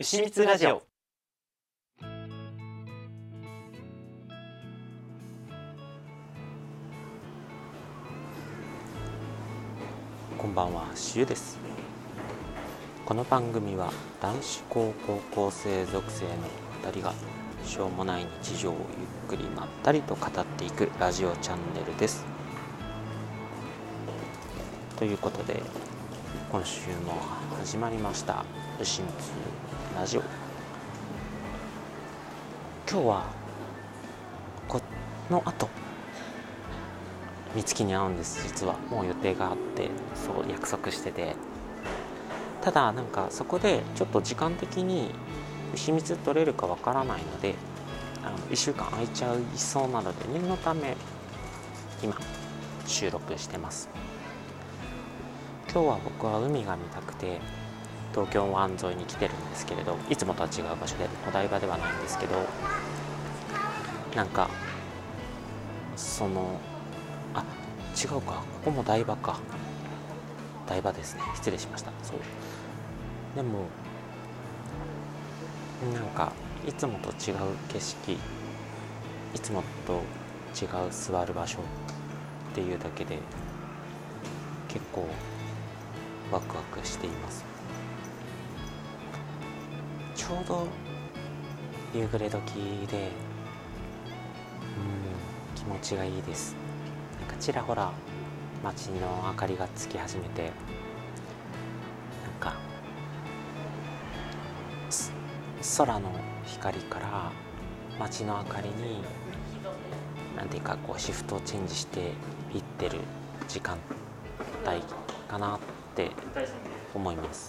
牛光ラジオ。こんばんは、しゅうです。この番組は男子高校生属性の2人がしょうもない日常をゆっくりまったりと語っていくラジオチャンネルです。ということで今週も始まりました牛光ラジオ。今日はこの後美月に会うんです。実はもう予定があって、そう約束してて、ただなんかそこでちょっと時間的に牛蜜取れるかわからないので、1週間空いちゃいそうなので念のため今収録してます。今日は僕は海が見たくて東京湾沿いに来てるんですけれど、いつもとは違う場所でお台場ではないんですけど、なんか違うか、ここも台場か、台場ですね、失礼しました。そうでもなんかいつもと違う景色、いつもと違う座る場所っていうだけで結構ワクワクしています。ちょうど夕暮れ時で気持ちがいいです。なんかちらほら街の明かりがつき始めて、なんか空の光から街の明かりになんていうかこうシフトをチェンジしていってる時間帯かなって思います。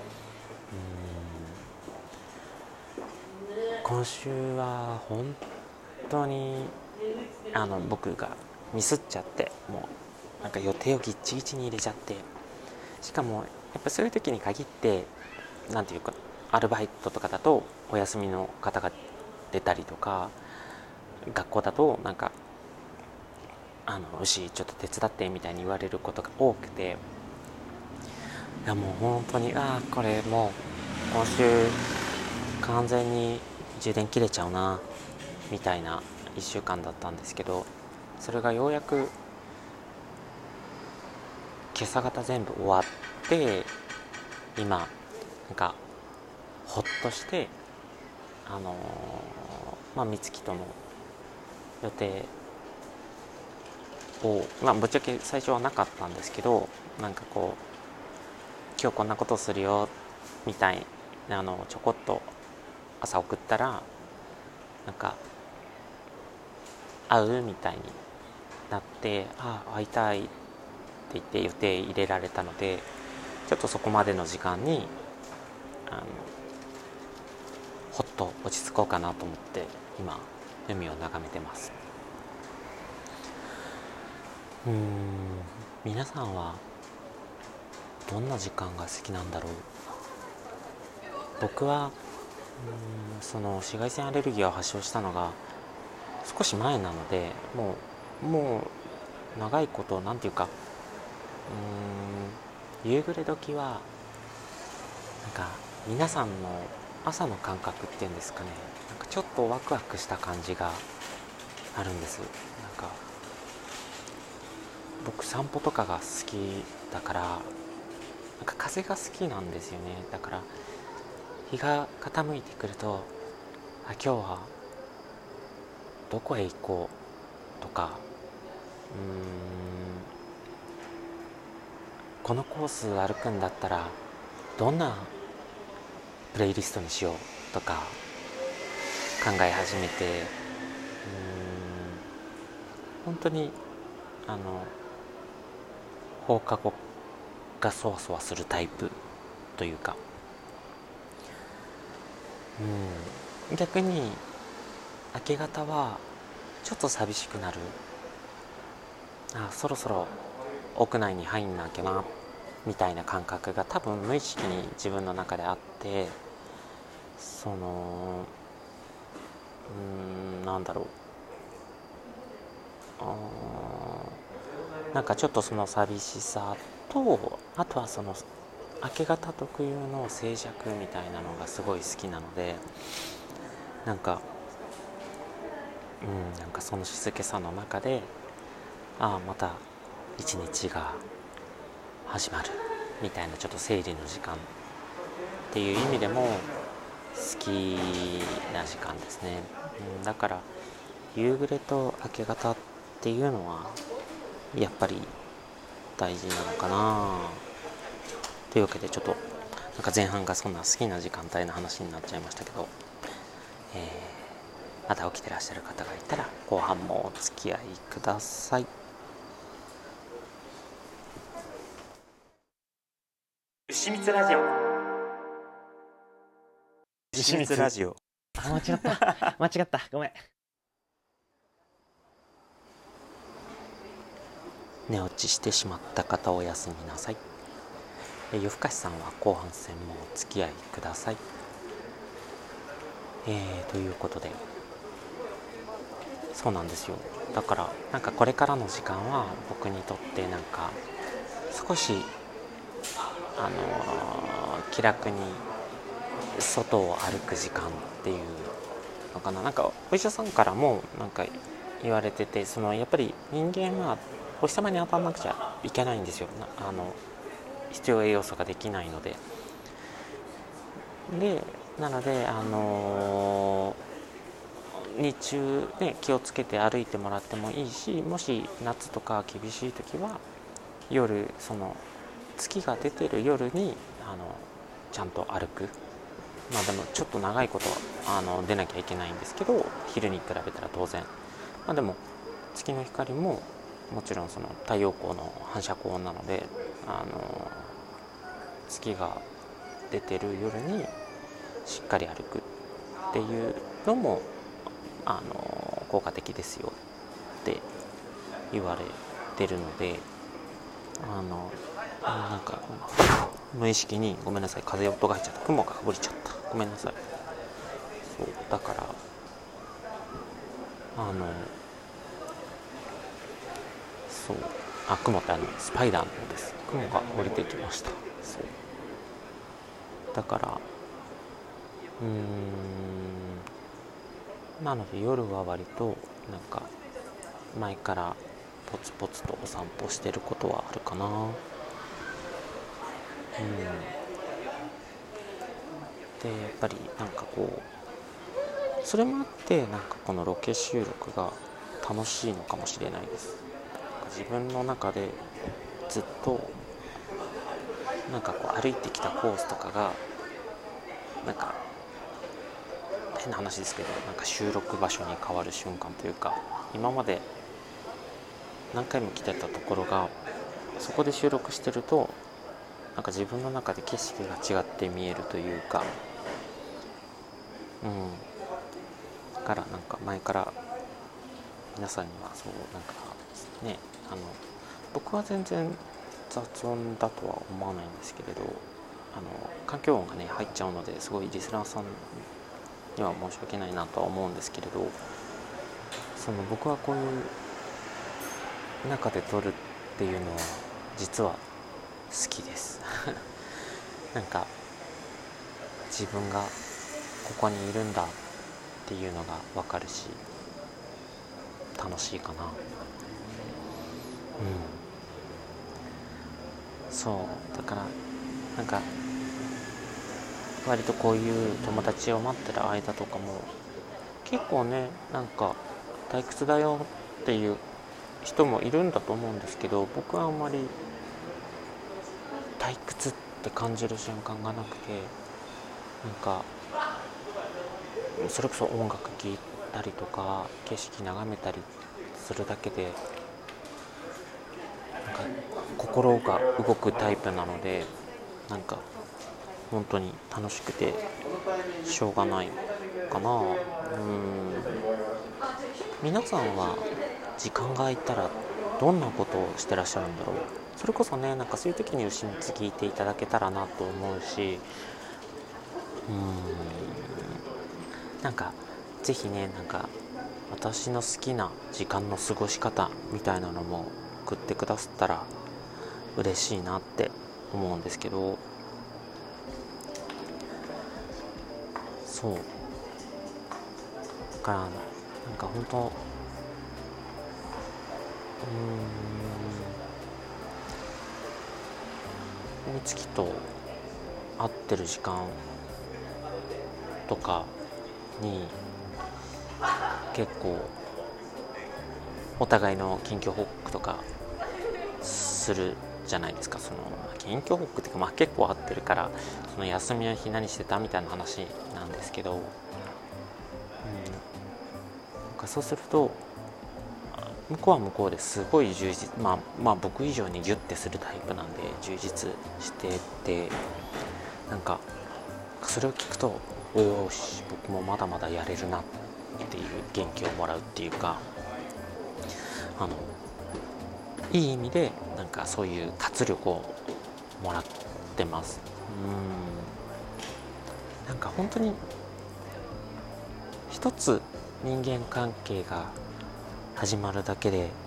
今週は本当に僕がミスっちゃって、もうなんか予定をギッチギチに入れちゃって、しかもやっぱそういう時に限ってなんていうかアルバイトとかだとお休みの方が出たりとか、学校だとなんか牛ちょっと手伝ってみたいに言われることが多くて、いやもう本当にこれもう今週完全に充電切れちゃうなみたいな1週間だったんですけど、それがようやく今朝方全部終わって、今なんかほっとして美月との予定をぶっちゃけ最初はなかったんですけど、なんかこう今日こんなことするよみたいなちょこっと朝送ったら、なんか会うみたいになって、会いたいって言って予定入れられたので、ちょっとそこまでの時間にほっと落ち着こうかなと思って今海を眺めてます。皆さんはどんな時間が好きなんだろう。僕はその紫外線アレルギーを発症したのが少し前なので、もう長いことなんていうか、夕暮れ時はなんか皆さんの朝の感覚っていうんですかね、なんかちょっとワクワクした感じがあるんです。なんか僕散歩とかが好きだから、なんか風が好きなんですよね。だから日が傾いてくると、今日はどこへ行こうとか、このコース歩くんだったらどんなプレイリストにしようとか考え始めて、本当に放課後がそわそわするタイプというか、逆に明け方はちょっと寂しくなる、そろそろ屋内に入んなきゃなみたいな感覚が多分無意識に自分の中であって、なんだろう、なんかちょっとその寂しさと、あとはその明け方特有の静寂みたいなのがすごい好きなので、なんかその静けさの中で、また一日が始まるみたいな、ちょっと整理の時間っていう意味でも好きな時間ですね。だから夕暮れと明け方っていうのはやっぱり大事なのかなというわけで、ちょっとなんか前半がそんな好きな時間帯の話になっちゃいましたけど、また起きてらっしゃる方がいたら後半もお付き合いください。牛蜜ラジオ。牛蜜ラジオ。 間違ったごめん。 寝落ちしてしまった方おやすみなさい。夜更かしさんは後半戦もお付き合いください。ということで、そうなんですよ。だからなんかこれからの時間は僕にとってなんか少し気楽に外を歩く時間っていうのかな。なんかお医者さんからもなんか言われてて、やっぱり人間はお日様に当たらなくちゃいけないんですよ。必要栄養素ができないので。なので日中ね、気をつけて歩いてもらってもいいし、もし夏とか厳しい時は夜、月が出てる夜にちゃんと歩く。でもちょっと長いこと出なきゃいけないんですけど、昼に比べたら当然、でも月の光ももちろんその太陽光の反射光なので、月が出てる夜にしっかり歩くっていうのも効果的ですよって言われてるので、なんか無意識に、ごめんなさい、風音が入っちゃった、雲がかぶりちゃった、ごめんなさい。そうだからそう雲ってスパイダーの方です。雲が降りてきました。そうだからなので夜は割となんか前からポツポツとお散歩してることはあるかな。でやっぱりなんかそれもあってなんかこのロケ収録が楽しいのかもしれないです。自分の中でずっとなんか歩いてきたコースとかがなんか変な話ですけど、なんか収録場所に変わる瞬間というか、今まで何回も来てたところがそこで収録してるとなんか自分の中で景色が違って見えるというか、だからなんか前から皆さんにはそうなんかね、僕は全然雑音だとは思わないんですけれど、環境音がね入っちゃうのですごいリスナーさんには申し訳ないなとは思うんですけれど、僕はこういう中で撮るっていうのは実は好きですなんか自分がここにいるんだっていうのが分かるし楽しいかな。そうだからなんか割とこういう友達を待ってる間とかも結構ね、なんか退屈だよっていう人もいるんだと思うんですけど、僕はあんまり退屈って感じる瞬間がなくて、なんかそれこそ音楽聴いたりとか景色眺めたりするだけでなんか心が動くタイプなので、なんか本当に楽しくてしょうがないかな。皆さんは時間が空いたらどんなことをしてらっしゃるんだろう。それこそね、なんかそういう時に牛蜜聞いていただけたらなと思うし、なんかぜひね、なんか私の好きな時間の過ごし方みたいなのも送ってくださったら嬉しいなって思うんですけど、 そうだからなんか本当美月と会ってる時間とかに結構お互いの近況報告とかするじゃないですか。その近況報告っていうか、結構会ってるから、その休みの日何してたみたいな話なんですけど、なんかそうすると向こうは向こうですごい充実、僕以上にギュッてするタイプなんで充実してて、なんかそれを聞くとおよし僕もまだまだやれるなっていう元気をもらうっていうか、いい意味でなんかそういう活力をもらってます。なんか本当に一つ人間関係が始まるだけで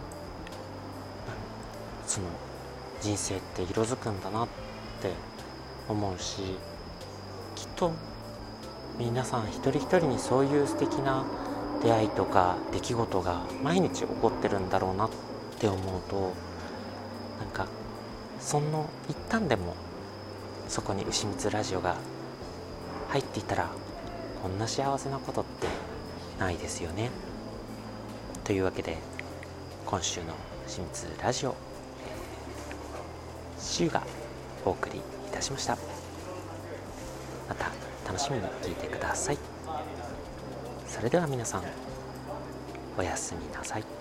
その人生って色づくんだなって思うし、きっと皆さん一人一人にそういう素敵な出会いとか出来事が毎日起こってるんだろうなって思うと、なんかその一旦でもそこに牛光ラジオが入っていたらこんな幸せなことってないですよね。というわけで今週の牛光ラジオ、シュウがお送りいたしました。また楽しみに聞いてください。それでは皆さんおやすみなさい。